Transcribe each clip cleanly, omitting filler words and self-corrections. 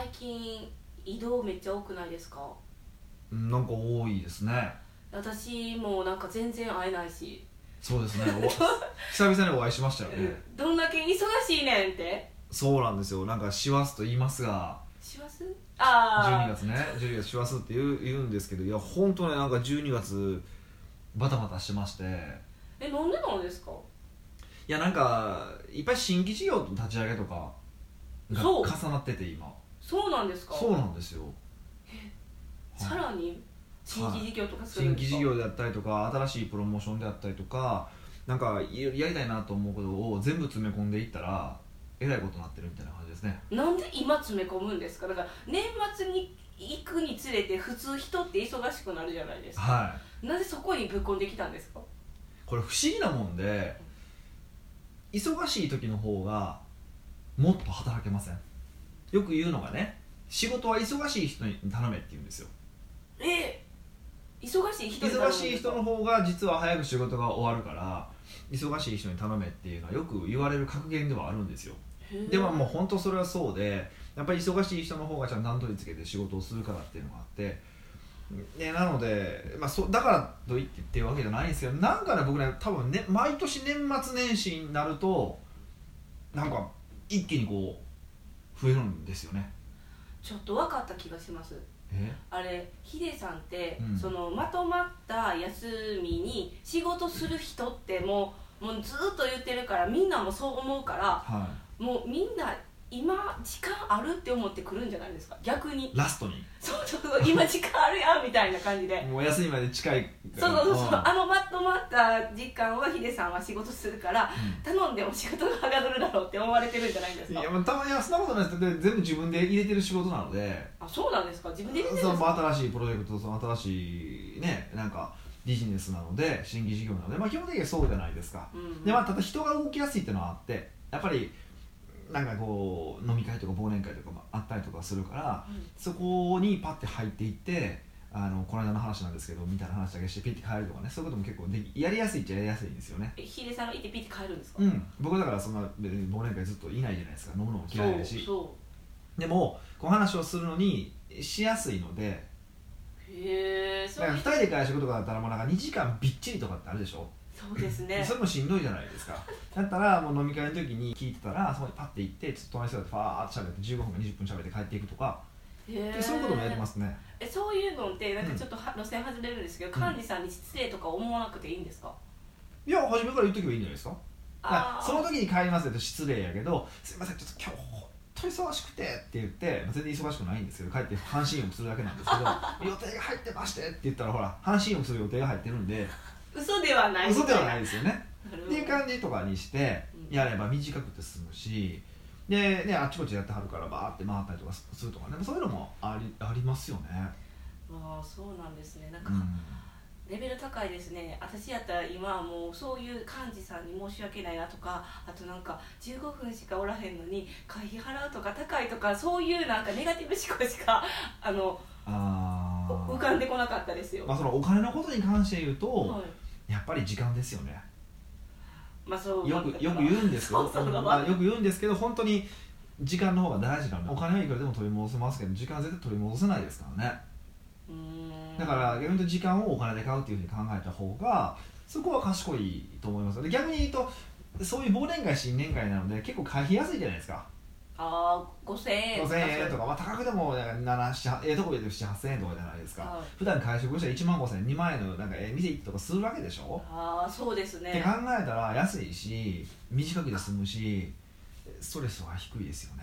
近移動めっちゃ多くないですか？ なんか多いですね。 私もなんか全然会えないし。 そうですね久々にお会いしましたよね。 どんだけ忙しいねんって。 そうなんですよ。なんか師走と言いますが、 師走？ 12月ね、12月師走って言うんですけど、いや本当ね、なんか12月バタバタしてまして。 なんでなんですか？ いやなんかいっぱい新規事業の立ち上げとかが重なってて今。 そうなんですか？ そうなんですよ。 さらに新規事業とかするん新ですか？ 規事業であったりとか、新しいプロモーションであったりとか、なんかやりたいなと思うことを全部詰め込んでいったらえらいことになってるみたいな感じですね。 なんで今詰め込むんですか？だから年末に行くにつれて普通人って忙しくなるじゃないですか。 はなぜそこにぶっ込んできたんですか？ これ不思議なもんで、忙しい時の方がもっと働けません？よく言うのがね、仕事は忙しい人に頼めって言うんですよ。 忙しい人に頼むんですか？ 忙しい人の方が実は早く仕事が終わるから、忙しい人に頼めっていうのはよく言われる格言ではあるんですよ。でももう本当それはそうで、やっぱり忙しい人の方がちゃんと段取りつけて仕事をするからっていうのがあって、なので、だからといってっていうわけじゃないんですけど、なんかね僕ね多分ね、毎年年末年始になるとなんか一気にこう増えるんですよね。 ちょっと分かった気がします。あれヒデさんって、そのまとまった休みに仕事する人ってもうずっと言ってるから、みんなもそう思うから、もうみんな今時間あるって思ってくるんじゃないですか、逆に。 ラストにそう今時間あるやんみたいな感じでもう休みまで近いそうまとまった時間はヒデさんは仕事するから、頼んでも仕事がはかどるだろうって思われてるんじゃないですか。 いやたまにはそんなことないですけど、全部自分で入れてる仕事なので。 そうなんですか？自分で入れてるんですか？ 新しいプロジェクト、その新しいね、なんかビジネスなので、新規事業なので、基本的にはそうじゃないですか。でただ人が動きやすいっていうのはあって、やっぱりなんかこう飲み会とか忘年会とかもあったりとかするから、そこにパッて入っていって、この間の話なんですけどみたいな話だけしてピッて帰るとかね、そういうことも結構やりやすいっちゃやりやすいんですよね。 ヒデさんがいてピッて帰るんですか？ 僕だからそんな忘年会ずっといないじゃないですか。飲むのも嫌いだし。 そうでもこう話をするのにしやすいので。 そう。 2人で会食とかだったらもうなんか2時間びっちりとかってあるでしょ。 そうですね。 それもしんどいじゃないですか。だったらもう飲み会の時に聞いてたら、そこにパッて行ってちょっと隣の人でファーッと喋って15分か20分喋って帰っていくとか、そういうこともやりますね。 そういうのってなんかちょっと路線外れるんですけど、幹事さんに失礼とか思わなくていいんですか？ いや初めから言っとけばいいんじゃないですか。その時に帰りますって失礼やけど、すいませんちょっと今日本当に忙しくてって言って、全然忙しくないんですけど帰って半身浴するだけなんですけど予定が入ってましてって言ったら、ほら半身浴する予定が入ってるんで嘘ではないですよねっていう感じとかにしてやれば短くて済むし、でね、あっちこっちやってはるからバーって回ったりとかするとかね、そういうのもありますよね。 そうなんですね。なんか、レベル高いですね。私やったら今はもうそういう幹事さんに申し訳ないなとか、あとなんか15分しかおらへんのに会費払うとか高いとか、そういうなんかネガティブ思考しか浮かんでこなかったですよ。 そのお金のことに関して言うと、やっぱり時間ですよね。よく言うんですけど、よく言うんですけど、本当に時間の方が大事なので、お金はいくらでも取り戻せますけど時間は絶対取り戻せないですからね。だから逆に言うと時間をお金で買うっていうふうに考えた方がそこは賢いと思います。で逆に言うと、そういう忘年会新年会なので結構会費安いじゃないですか。 5000円とか、高くでも7、とこで7、8000円とかじゃないですか。普段会食したら1万5000円、2万円のなんか店行ったとかするわけでしょ。 そうですね。 って考えたら安いし短くで済むし、ストレスは低いですよね。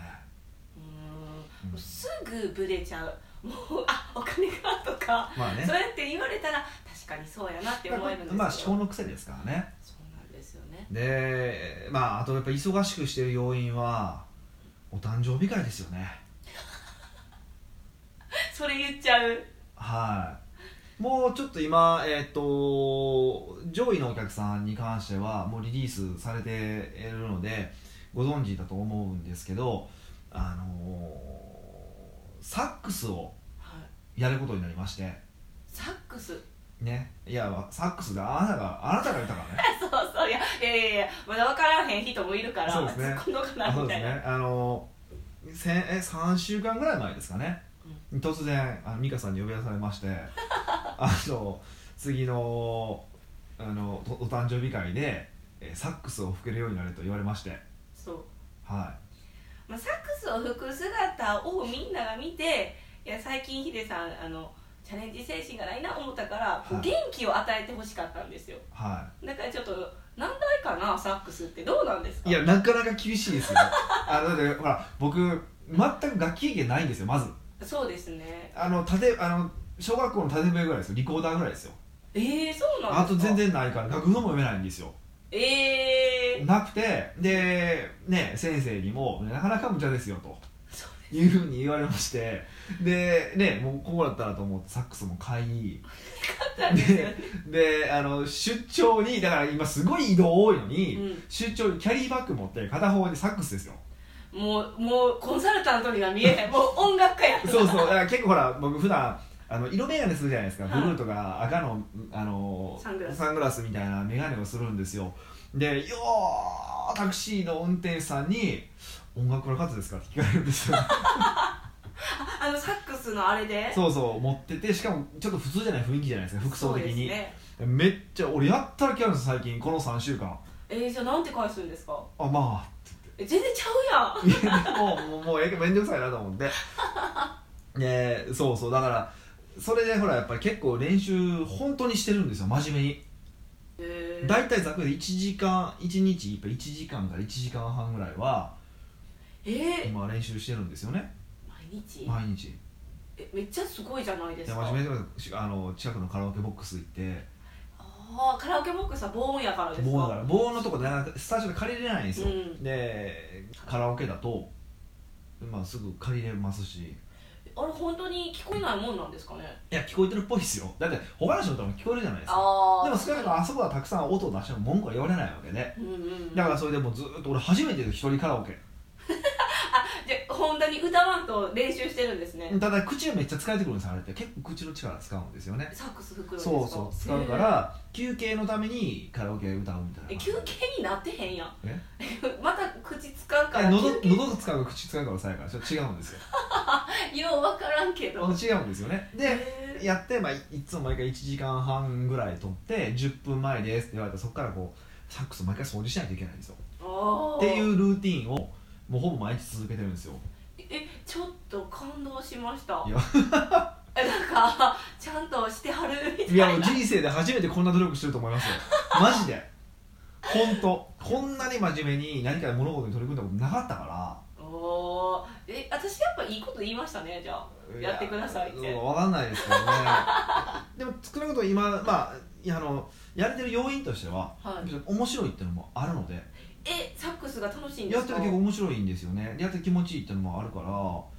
すぐブレちゃう。もうお金がとか、そうやって言われたら確かにそうやなって思えるんですけど、 思考の癖ですからね。 そうなんですよね。 であとやっぱ忙しくしてる要因はお誕生日会ですよね。 それ言っちゃう。 もうちょっと今上位のお客さんに関してはもうリリースされているのでご存知だと思うんですけど、サックスをやることになりまして。 サックスね、いやサックスであなたが言ったからねそういやまだ分からへん人もいるから、 そうですね、 突っ込んどかなみたいな。 3週間ぐらい前ですかね、突然美香さんに呼び出されまして次のお誕生日会でサックスを吹けるようになれと言われまして、 そう、 はい、 サックスを吹く姿をみんなが見て、いや最近ヒデさんチャレンジ精神がないな思ったから、元気を与えてほしかったんですよ、はい、だからちょっと何台かなサックスってどうなんですか？ いやなかなか厳しいですよだってほら僕全く楽器経験ないんですよまず。 そうですね、 小学校の縦笛ぐらいですよ、リコーダーぐらいですよ。 そうなんですか？ あと全然ないから楽譜も読めないんですよ。なくて、でね先生にもなかなか無茶ですよというふうに言われまして、でねもうこうだったらと思ってサックスも買いで出張にだから今すごい移動多いのに、出張にキャリーバッグ持って片方にサックスですよ。もうコンサルタントには見えないもう音楽家やそうそう、だから結構ほら僕普段色眼鏡するじゃないですか、ブルーとか赤の、サングラスみたいな眼鏡をするんですよ。でタクシーの運転手さんに音楽の方ですかって聞かれるんですよサックスのあれでそうそう持ってて、しかもちょっと普通じゃない雰囲気じゃないですか服装的に、 ね、 めっちゃ俺やったら来るんです最近この3週間。 じゃあなんて返すんですか？ まあ全然ちゃうやんもうめんどくさいなと思ってそうそう、だからそれでほらやっぱり結構練習本当にしてるんですよ真面目に。だいたいざっくり1日1時間から1時間半ぐらいは今練習してるんですよね。毎日めっちゃすごいじゃないですか。 真面目に近くのカラオケボックス行って、 カラオケボックスは防音やからですか？ 防音だから防音のとこでスタジオで借りれないんですよ、でカラオケだと、すぐ借りれますし。 あれ本当に聞こえないもんなんですかね？ いや聞こえてるっぽいですよ。だって他の人とも聞こえるじゃないですか。でも少なくともあそこはたくさん音を出しても文句は言われないわけで、だからそれでもうずっと俺初めて一人カラオケじゃあ本当に歌わんと練習してるんですね。 ただ口はめっちゃ疲れてくるんですよ。あれって結構口の力使うんですよね。 サックス吹くのですか？ そう使うから休憩のためにカラオケ歌うみたいな。 休憩になってへんやんまた口使うから喉が使うか口使うかの差やからちょっと違うんですよよう分からんけど違うんですよね。でやって、いつも毎回1時間半ぐらい取って10分前ですって言われたらそこからこうサックス毎回掃除しないといけないんですよっていうルーティンをもうほぼ毎日続けてるんですよ。 ちょっと感動しました。 いやなんかちゃんとしてはるみたいな。 いやもう人生で初めてこんな努力してると思いますよマジで本当こんなに真面目に何か物事に取り組んだことなかったから。 私やっぱいいこと言いましたね。じゃあやってくださいって分かんないですけどねでも少なくとも今やれてる要因としては、面白いっていうのもあるので。 サックスが楽しいんですか？ やってる結構面白いんですよね。やってて気持ちいいっていうのもあるから、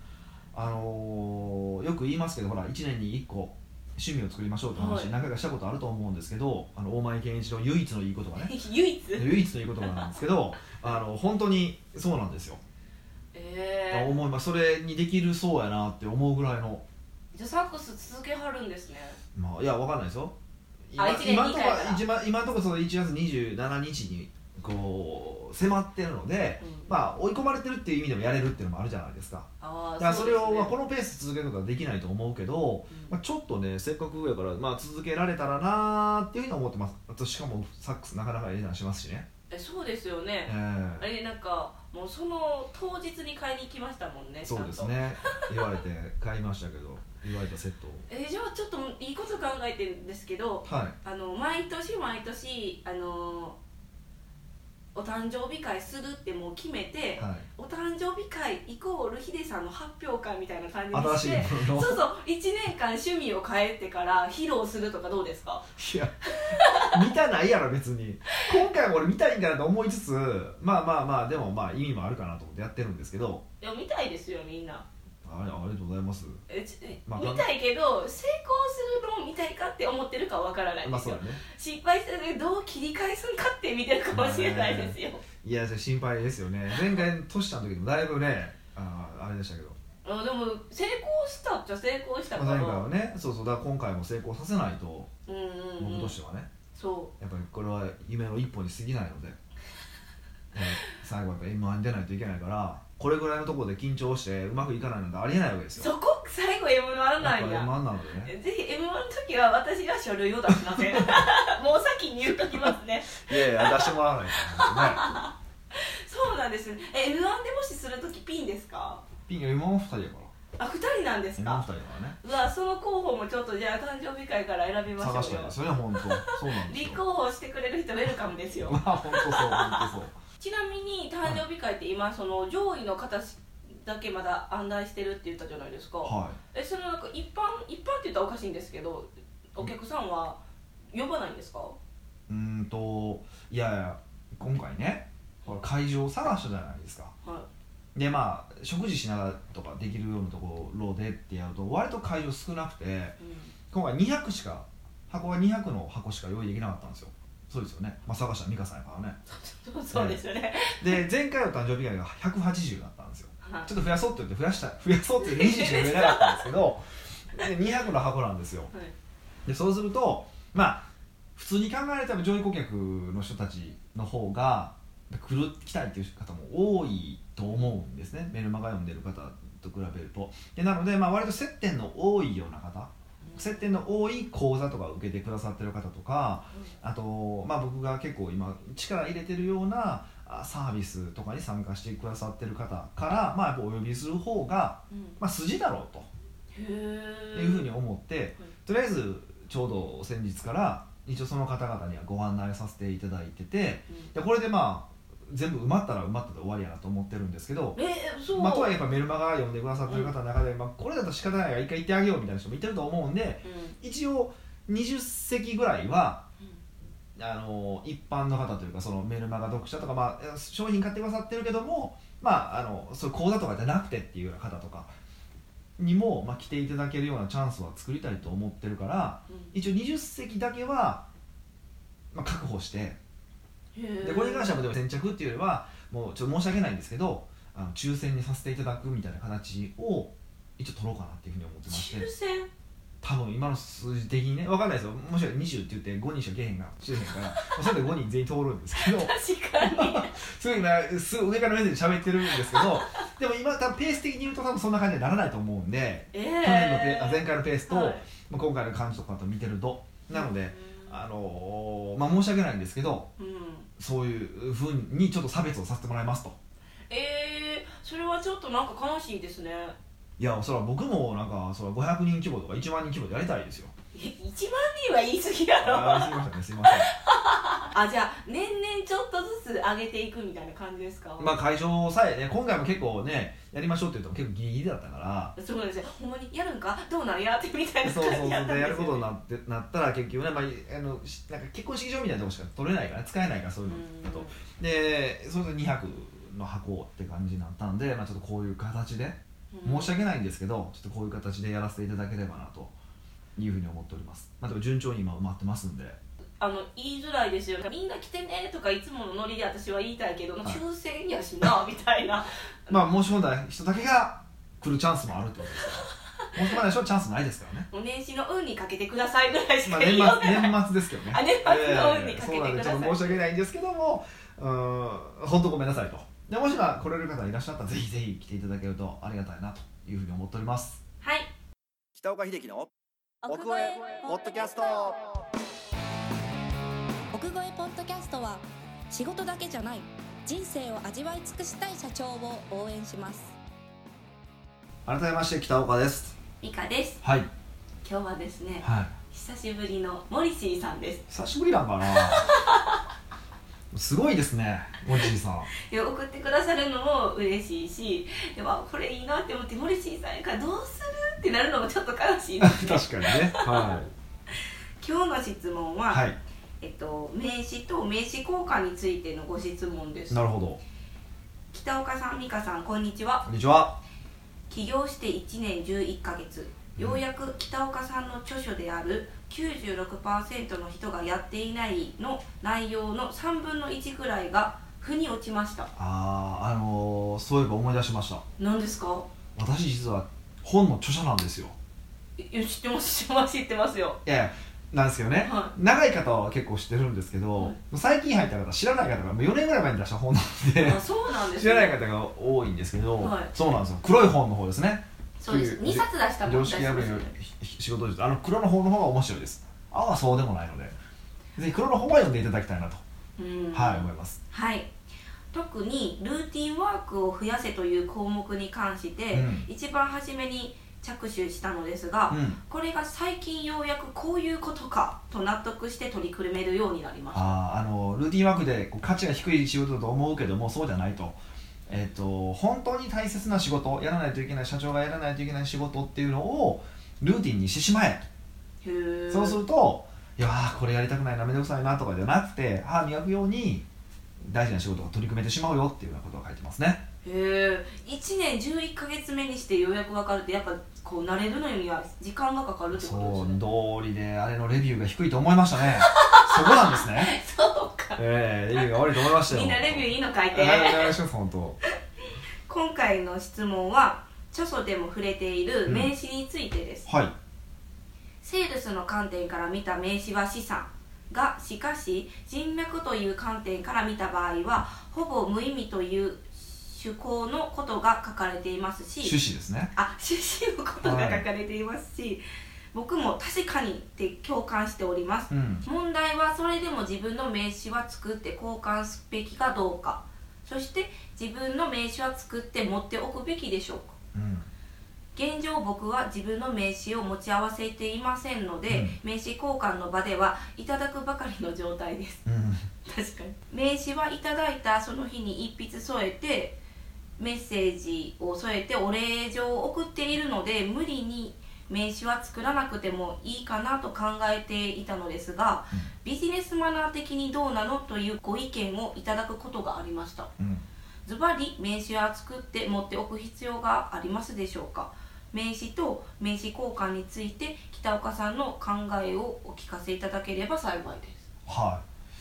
よく言いますけどほら1年に1個趣味を作りましょうって話、何回かしたことあると思うんですけど、大前健一の唯一のいい言葉ね唯一のいい言葉なんですけど本当にそうなんですよ。思います。それにできるそうやなって思うぐらいの。 じゃあサックス続けはるんですね。 いや分かんないですよ。今のところその1月27日にこう迫ってるので、追い込まれてるっていう意味でもやれるっていうのもあるじゃないですか。だからそれをこのペース続けることはできないと思うけど、ちょっとねせっかくやから続けられたらなーっていうふうに思ってます。しかもサックスなかなかええなしますしね。 そうですよね、あれなんかもうその当日に買いに行きましたもんね。 そうですね言われて買いましたけど言われたセットをじゃあちょっといいこと考えてるんですけど、毎年お誕生日会するってもう決めて、お誕生日会イコールヒデさんの発表会みたいな感じにしてそう1年間趣味を変えてから披露するとかどうですか？ いや見たないやろ別に。今回は俺見たいんかなと思いつつでも意味もあるかなと思ってやってるんですけど。 いや見たいですよみんな。 ありがとうございます。 見たいけど成功するのを見たいかって思ってるかわからないですよ、失敗したらどう切り返すんかって見てるかもしれないですよ、 いや心配ですよね。前回トシちゃんの時もだいぶねあれでしたけどでも成功したっちゃ成功したから、 前回はねだから今回も成功させないと、僕としてはねやっぱりこれは夢の一歩に過ぎないので最後はやっぱ M−1 に出ないといけないからこれぐらいのところで緊張してうまくいかないなんてありえないわけですよ。 そこ最後 M1 なんや。 M1 なのでね。 ぜひ M1 の時は私が書類を出しませんもう先に言っときますね。 いやいや出してもらわないとね。 そうなんですね。M1 でもしする時ピンですか？ ピン M1 2人やから。 あ、2人なんですか？ M1 2人だからね。 うわ、その候補もちょっとじゃあ誕生日会から選びましょうよ。 探したいですよね、本当。そうなんですよ。 立候補してくれる人ウェルカムですよ。 まあ本当そう本当そう。 ちなみに誕生日会って今その上位の方だけまだ案内してるって言ったじゃないですか。 はい。 そのなんか一般って言ったらおかしいんですけど、お客さんは呼ばないんですか？ いやいや今回ね、会場を探したじゃないですか。 はい。 でまあ食事しながらとかできるようなところでってやると割と会場少なくて、今回200しか箱が200の箱しか用意できなかったんですよ。そうですよね。まあ探した美香さんやからね。 そうですよね。 で前回の誕生日会が180だったんですよ。 はい、 ちょっと増やそうって言って増やそうって20しか増えなかったんですけどで200の箱なんですよ。 はい、 でそうするとまあ普通に考えたら上位顧客の人たちの方が来たいっていう方も多いと思うんですね。メルマガ読んでる方と比べると。でなので、まあ、割と接点の多いような方、接点の多い講座とか受けてくださってる方とか、あと、まあ、僕が結構今力入れてるようなサービスとかに参加してくださってる方から、まあ、やっぱお呼びする方が、まあ、筋だろうというふうに思って、とりあえずちょうど先日から一応その方々にはご案内させていただいてて、でこれでまあ全部埋まったら埋まったで終わりやなと思ってるんですけど、 そうまあ、とはいえやっぱメルマガ読んでくださってる方の中で、まあ、これだと仕方ないから一回行ってあげようみたいな人もいてると思うんで、一応20席ぐらいは一般の方というかそのメルマガ読者とか、まあ、商品買ってくださってるけども、まあ、そういう講座とかじゃなくてっていうような方とかにも、まあ、来ていただけるようなチャンスは作りたいと思ってるから、一応20席だけは、まあ、確保して、でこれに関してはでも先着っていうよりはもうちょっと申し訳ないんですけど抽選にさせていただくみたいな形を一応取ろうかなっていうふうに思ってまして。 抽選多分今の数字的にね分かんないですよ。もしかしたら20って言って5人しか出へんからそれで5人全員通るんですけど確かにすごい上から目線で喋ってるんですけどでも今多分ペース的に言うと多分そんな感じにならないと思うんで、去年の前回のペースと、はい、今回の感じとかと見てるとなので、まあ、申し訳ないんですけど、そういうふうにちょっと差別をさせてもらいますと。 それはちょっとなんか悲しいですね。 いやそれは僕もなんかそれは500人規模とか1万人規模でやりたいですよ。 1万人は言い過ぎやろ。 すいませんね、すいません。 じゃあ年々ちょっとずつ上げていくみたいな感じですか？ まあ会場さえね今回も結構ねやりましょうって言っても結構ギリギリだったから。 そうなんですよ。ほんまにやるんかどうなんやってみたいな感じだったんですよね。 そうやることになったら結局ね、まあ、なんか結婚式場みたいなとこしか取れないから使えないからそういうのだと。でそれで200の箱って感じになったんで、まあ、ちょっとこういう形で申し訳ないんですけどちょっとこういう形でやらせていただければなというふうに思っております。まあ、でも順調に今埋まってますんで言いづらいですよね。みんな来てねとかいつものノリで私は言いたいけど、抽選やしなみたいなまあ申し込んだ人だけが来るチャンスもあるってことですから申し込まない人はチャンスないですからね。 もう年始の運にかけてくださいぐらいしか言いようがない。 年末ですけどね。 年末の運にかけてください。 そうなんでちょっと申し訳ないんですけども本当ごめんなさいと。でもし来れる方いらっしゃったらぜひぜひ来ていただけるとありがたいなというふうに思っております。 はい。 北岡秀樹の奥越えポッドキャスト。 奥越えポッドキャストは仕事だけじゃない人生を味わい尽くしたい社長を応援します。 改めまして北岡です。 美香です。 はい。 今日はですね、 はい、 久しぶりのモリシーさんです。 久しぶりなんかなすごいですね、モリシーさん。 いや送ってくださるのも嬉しいし、でもこれいいなって思ってモリシーさんやからどうするってなるのもちょっと悲しいですね確かにね、はい、 今日の質問は、 はい、 名刺と名刺交換についてのご質問です。 なるほど。 北岡さん、美香さん、こんにちは。 こんにちは。 起業して1年11ヶ月、ようやく北岡さんの著書である 96% の人がやっていないの内容の3分の1くらいが腑に落ちました。 そういえば思い出しました。 何ですか？ 私実は本の著者なんですよ。 知ってますよ。 いやなんですけどね、 は長い方は結構知ってるんですけど、最近入った方知らない方がもう4年ぐらい前に出した本なんであ、そうなんです知ね。 らない方が多いんですけど、 はいそうなんですよ、黒い本の方ですね。 そうです。2冊出したもん常識破りの仕事術、黒の方の方が面白いです。青はそうでもないので、ぜひ黒の方は読んでいただきたいなと、はい、思います。 はい。特にルーティンワークを増やせという項目に関して、一番初めに着手したのですが、これが最近ようやくこういうことかと納得して取り組めるようになりました。 ルーティンワークで価値が低い仕事だと思うけども、そうじゃないと。本当に大切な仕事、やらないといけない、社長がやらないといけない仕事っていうのをルーティンにしてしまえ。そうすると、いやーこれやりたくないな、めんどくさいなとかじゃなくて、歯磨くように大事な仕事を取り組めてしまうよっていうようなことが書いてますね。 1年11ヶ月目にしてようやく分かるって、やっぱこう慣れるのには時間がかかるってことですね。 そう、通りであれのレビューが低いと思いましたね。そこなんですね。 そうか。 レビューが悪いと思いましたよ。 みんなレビューいいの書いて。 お願いします、本当。 今回の質問は著書でも触れている名詞についてです。 はい。 セールスの観点から見た名詞は資産が、しかし人脈という観点から見た場合はほぼ無意味という趣向のことが書かれていますし、 趣旨ですね。 趣旨のことが書かれていますし、僕も確かにって共感しております。問題はそれでも自分の名詞は作って交換すべきかどうか、そして自分の名詞は作って持っておくべきでしょうか。現状僕は自分の名刺を持ち合わせていませんので、名刺交換の場ではいただくばかりの状態です。確かに名刺はいただいたその日に一筆添えてメッセージを添えてお礼状を送っているので、無理に名刺は作らなくてもいいかなと考えていたのですが、ビジネスマナー的にどうなのというご意見をいただくことがありました。ズバリ名刺は作って持っておく必要がありますでしょうか。名刺と名刺交換について北岡さんの考えをお聞かせいただければ幸いです。 はい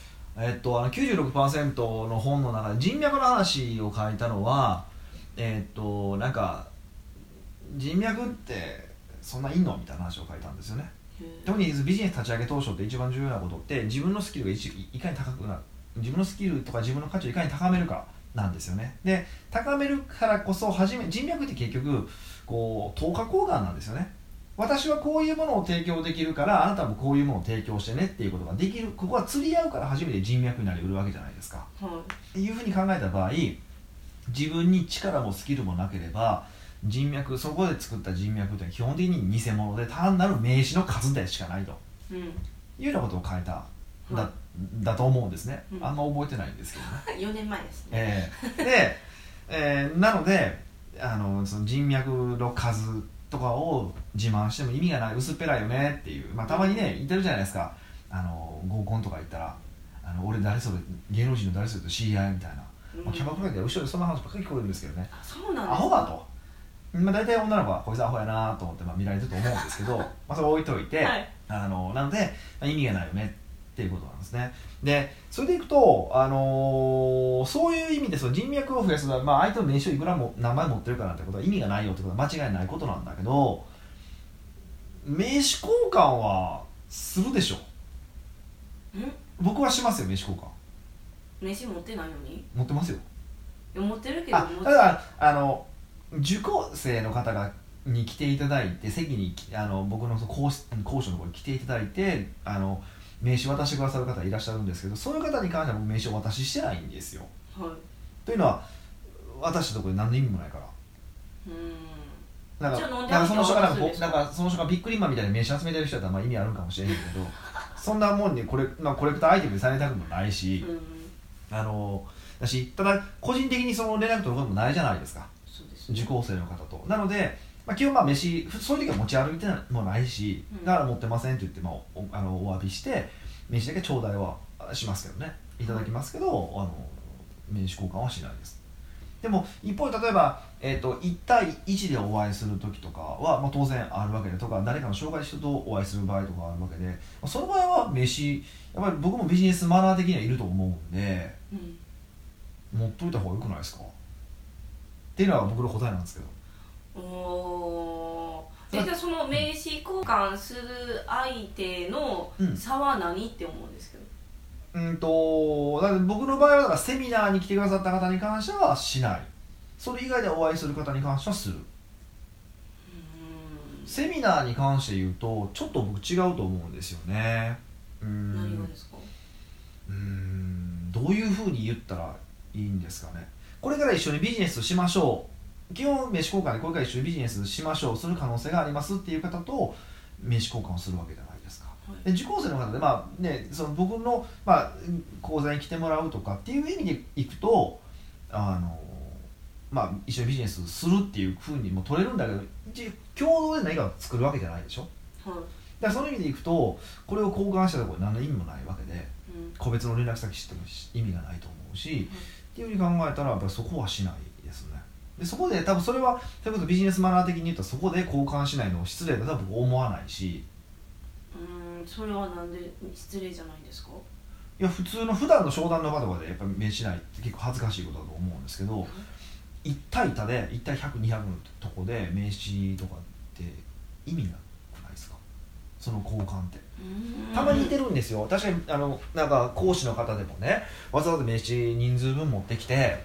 。96% の本の中で人脈の話を書いたのは、なんか人脈ってそんないいのみたいな話を書いたんですよね。特にビジネス立ち上げ当初って一番重要なことって自分のスキルがいかに高くなる、自分のスキルとか自分の価値をいかに高めるかなんですよね。で、高めるからこそ人脈って結局こう等価交換なんですよね。私はこういうものを提供できるからあなたもこういうものを提供してねっていうことができる、ここは釣り合うから初めて人脈になりうるわけじゃないですか。っていうふうに考えた場合、自分に力もスキルもなければ人脈、そこで作った人脈って基本的に偽物で単なる名詞の数でしかないと、いうようなことを書いただと思うんですね。あんま覚えてないんですけどね。 4年前ですね。 なのでその人脈の数とかを自慢しても意味がない、薄っぺらいよねっていう、たまにね言ってるじゃないですか。合コンとか行ったら俺誰それ芸能人の誰それと知り合いみたいな、キャバクラで後ろでそんな話ばっかり聞こえるんですけどね。 そうなんです。 アホかと、大体女の子はこいつアホやなと思って見られてると思うんですけどそれ置いといて、なので意味がないよねっていうことなんですね。で、それでいくと、そういう意味でその人脈を増やすのは、相手の名刺をいくらも名前持ってるかなんてことは意味がないよってことは間違いないことなんだけど、名刺交換はするでしょ。僕はしますよ、名刺交換。 名刺持ってないのに？ 持ってますよ。 持ってるけど。 ただ受講生の方に来ていただいて、席に僕の講師のところに来ていただいて名刺渡してくださる方いらっしゃるんですけど、そういう方に関しては僕名刺をお渡ししてないんですよ。というのは渡したところで何の意味もないから。だからその人がビックリマンみたいな名刺集めてる人だったら意味あるかもしれないけどそんなもんにコレクターアイテムにされたくもないし、だしただ個人的にその連絡取ることもないじゃないですか。受講生の方と。なので、基本名刺そういう時は持ち歩いてもないし、だから持ってませんって言ってお詫びして名刺だけ頂戴はしますけどね、いただきますけど名刺交換はしないです。でも一方で例えば、1対1でお会いする時とかは、当然あるわけで、とか誰かの紹介人とお会いする場合とかあるわけで、その場合は名刺やっぱり僕もビジネスマナー的にはいると思うんで、持っといた方がよくないですかっていうのは僕の答えなんですけど。 じゃあその名刺交換する相手の差は何って思うんですけど、 だから僕の場合はだからセミナーに来てくださった方に関してはしない、それ以外でお会いする方に関してはする。セミナーに関して言うとちょっと僕違うと思うんですよね。 何がですか？ どういうふうに言ったらいいんですかね。これから一緒にビジネスしましょう、基本名刺交換でこれから一緒にビジネスしましょうする可能性がありますっていう方と名刺交換をするわけじゃないですか。で受講生の方で、その僕の、講座に来てもらうとかっていう意味でいくと一緒にビジネスするっていうふうにも取れるんだけど、共同で何かを作るわけじゃないでしょ、だからその意味でいくとこれを交換したところで何の意味もないわけで、個別の連絡先知っても意味がないと思うし、っていうふうに考えたらやっぱりそこはしないですね。でそこで多分それはそれこそビジネスマナー的に言ったらそこで交換しないのを失礼だとは僕思わないし。 それはなんで失礼じゃないんですか？ いや普段の商談の場とかでやっぱり名刺ないって結構恥ずかしいことだと思うんですけど、1対多で1対100、200のとこで名刺とかって意味なくないですか？その交換ってたまに似てるんですよ。確かになんか講師の方でもね、わざわざ名刺人数分持ってきて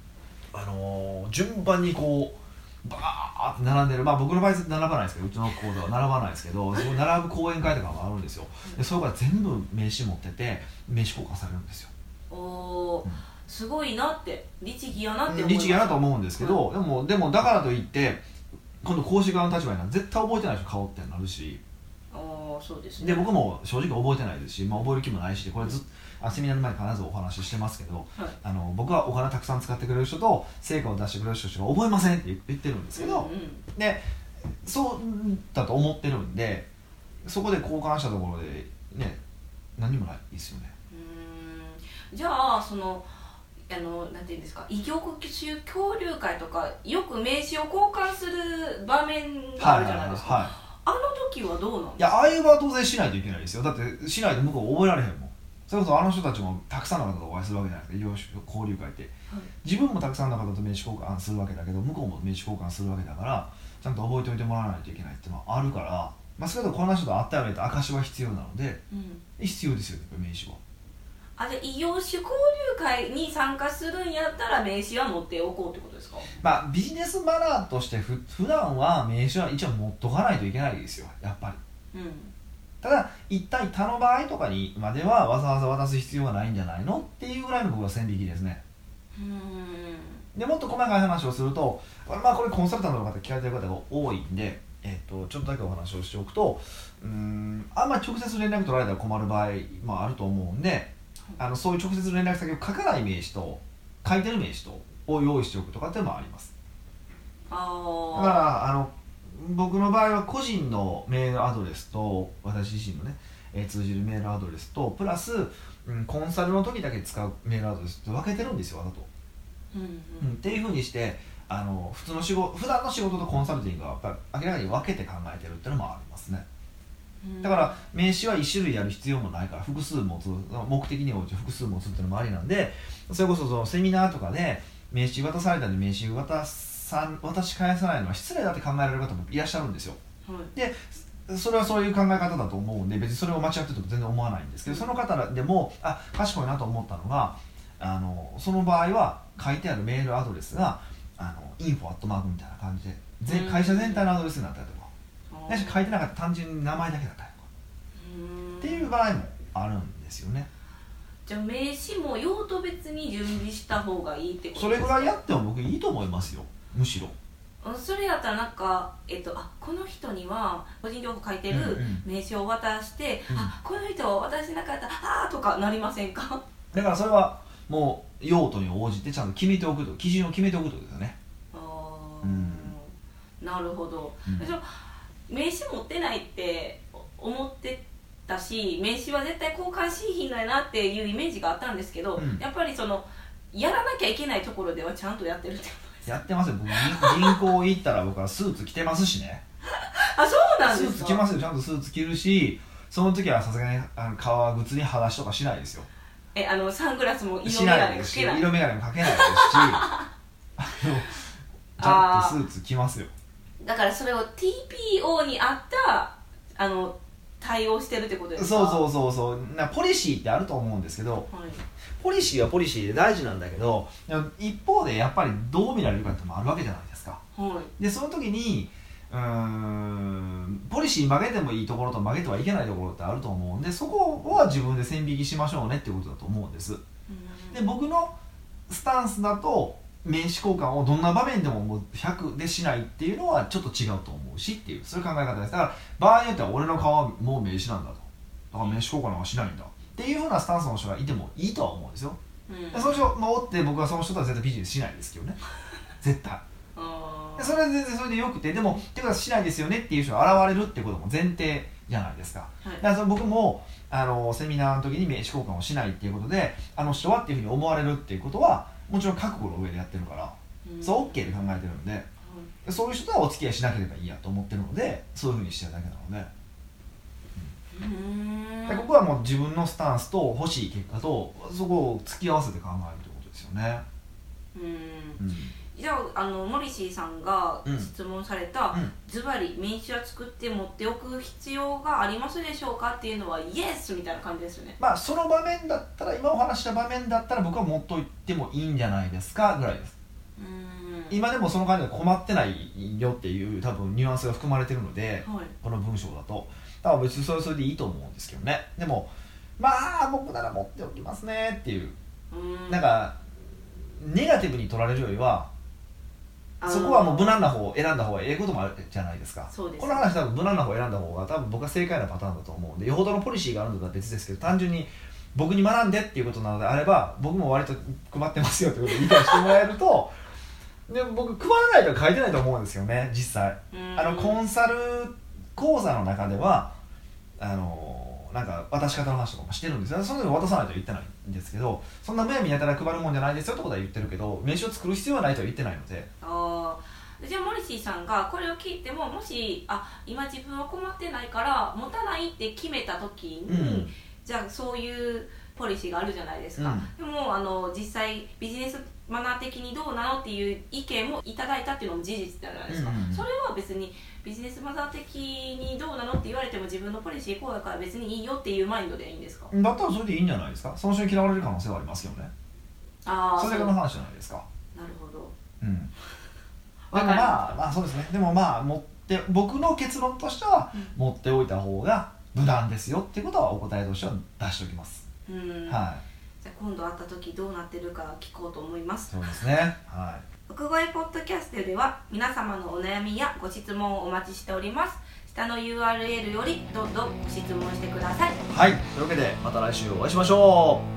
順番にこうバーって並んでる、僕の場合並ばないですけど、うちの講座は並ばないですけど、その並ぶ講演会とかもあるんですよ。でそれから全部名刺持ってて名刺交換されるんですよ。 すごいなって、律儀やなって思います。 律儀やなと思うんですけど、でもだからといって今度講師側の立場になら絶対覚えてないでしょ顔ってなるし、 そうですね。 で僕も正直覚えてないですし、覚える気もないし、これセミナーの前に必ずお話ししてますけど、僕はお金たくさん使ってくれる人と成果を出してくれる人しか覚えませんって言ってるんですけど、でそうだと思ってるんで、そこで交換したところでね何もないですよね。 じゃあなんていうんですか、異業種交流会とかよく名刺を交換する場面があるじゃないですか。あの時はどうなんですか？ いや、ああいう場は当然しないといけないですよ。だってしないと向こう覚えられへんもん。それこそあの人たちもたくさんの方とお会いするわけじゃないですか、異業種交流会って、自分もたくさんの方と名刺交換するわけだけど、向こうも名刺交換するわけだから、ちゃんと覚えておいてもらわないといけないっていうのはあるから、それとこんな人と会ったよねって証は必要なので、必要ですよね、名刺は。 じゃあ異業種交流会に参加するんやったら名刺は持っておこうってことですか？ ビジネスマナーとして普段は名刺は一応持っとかないといけないですよ、やっぱり。ただ一体他の場合とかにまではわざわざ渡す必要がないんじゃないのっていうぐらいの僕は線引きですね。でもっと細かい話をすると、これコンサルタントの方聞かれてる方が多いんで、ちょっとだけお話をしておくと、あんまり直接連絡取られたら困る場合もあると思うんで、そういう直接連絡先を書かない名刺と書いてる名刺とを用意しておくとかっていうのもあります。だから僕の場合は個人のメールアドレスと私自身のね、通じるメールアドレスとプラス、コンサルの時だけ使うメールアドレスって分けてるんですよ、わざと。っていうふうにして普段の仕事とコンサルティングはやっぱり明らかに分けて考えてるっていうのもありますね。だから名刺は1種類やる必要もないから複数持つ、目的に応じて複数持つっていうのもありなんで、それこそセミナーとかで名刺渡されたり名刺渡し返さないのは失礼だって考えられる方もいらっしゃるんですよ。でそれはそういう考え方だと思うんで、別にそれを間違ってると全然思わないんですけど、その方でも賢いなと思ったのが、その場合は書いてあるメールアドレスがinfo@ みたいな感じで会社全体のアドレスになったりとか、書いてなかった単純に名前だけだったりとかっていう場合もあるんですよね。 じゃあ名刺も用途別に準備した方がいいってことですか？ それぐらいやっても僕いいと思いますよ、むしろ。 それやったらなんか、この人には個人情報書いてる名刺を渡して、この人は渡してなかったとかなりませんか？ だからそれはもう用途に応じてちゃんと決めておくと、基準を決めておくとですよね。 なるほど。名刺持ってないって思ってたし、名刺は絶対交換しひんのやなっていうイメージがあったんですけど、やっぱりやらなきゃいけないところではちゃんとやってるってことですか？ やってますよ。僕銀行行ったら僕はスーツ着てますしね。 そうなんですか？ スーツ着ますよ。ちゃんとスーツ着るし、その時はさすがに革靴に裸足とかしないですよ。 サングラスも色眼鏡かけない。 色眼鏡もかけないですしちゃんとスーツ着ますよ。 だからそれを TPO に合った対応してるってことですか？ そうポリシーってあると思うんですけど、はい、ポリシーはポリシーで大事なんだけど、一方でやっぱりどう見られるかってもあるわけじゃないですか、はい、でその時にポリシー曲げてもいいところと曲げてはいけないところってあると思うんで、そこは自分で線引きしましょうねっていうことだと思うんです。で僕のスタンスだと名刺交換をどんな場面でももう100でしないっていうのはちょっと違うと思うしっていう、そういう考え方です。だから場合によっては俺の顔はもう名刺なんだと、だから名刺交換なんかしないんだっていうふうなスタンスの人がいてもいいとは思うんですよ、その人もおって僕はその人とは絶対ビジネスしないですけどね絶対それは全然それでよくて、でもってことはしないですよねっていう人が現れるってことも前提じゃないですか、はい、だからその僕もセミナーの時に名刺交換をしないっていうことであの人はっていうふうに思われるっていうことはもちろん覚悟の上でやってるから、そう OK で考えてるんで、そういう人とはお付き合いしなければいいやと思ってるので、そういうふうにしてるだけなので、でここはもう自分のスタンスと欲しい結果とそこを突き合わせて考えるということですよね。 じゃあモリシーさんが質問された、ズバリ名刺は作って持っておく必要がありますでしょうかっていうのはイエスみたいな感じですよね。 まあその場面だったら、今お話した場面だったら僕は持っといてもいいんじゃないですかぐらいです。今でもその感じで困ってないよっていう多分ニュアンスが含まれてるので、はい、この文章だと多分別にそれでいいと思うんですけどね。でもまあ僕なら持っておきますねっていう、なんかネガティブに取られるよりはそこはもう無難な方を選んだ方がええこともあるじゃないですか。 そうです。 この話多分無難な方を選んだ方が多分僕は正解なパターンだと思うんで、よほどのポリシーがあるんだったら別ですけど、単純に僕に学んでっていうことなのであれば僕も割と配ってますよってことを理解してもらえるとで僕配らないとは書いてないと思うんですよね実際。コンサル講座の中ではなんか渡し方の話とかもしてるんですよ。その時渡さないとは言ってないんですけど、そんなむやみやたら配るもんじゃないですよってことは言ってるけど、名刺を作る必要はないとは言ってないので。 じゃあモリシーさんがこれを聞いても、もし今自分は困ってないから持たないって決めた時に、じゃあそういうポリシーがあるじゃないですか、でも実際ビジネスマナー的にどうなのっていう意見もいただいたっていうのも事実じゃないですか、それは別にビジネスマナー的にどうなのって言われても自分のポリシーこうだから別にいいよっていうマインドでいいんですか？ だったらそれでいいんじゃないですか。その人に嫌われる可能性はありますけどね。それだけの話じゃないですか。 なるほど。 でもまあそうですね。でもまあ僕の結論としては、持っておいた方が無難ですよっていうことはお答えとしては出しておきます。はい。 じゃあ今度会った時どうなってるか聞こうと思います。 そうですね。はい。 奥越ポッドキャストでは皆様のお悩みやご質問をお待ちしております。下の URL よりどんどんご質問してください。 はい。というわけでまた来週お会いしましょう。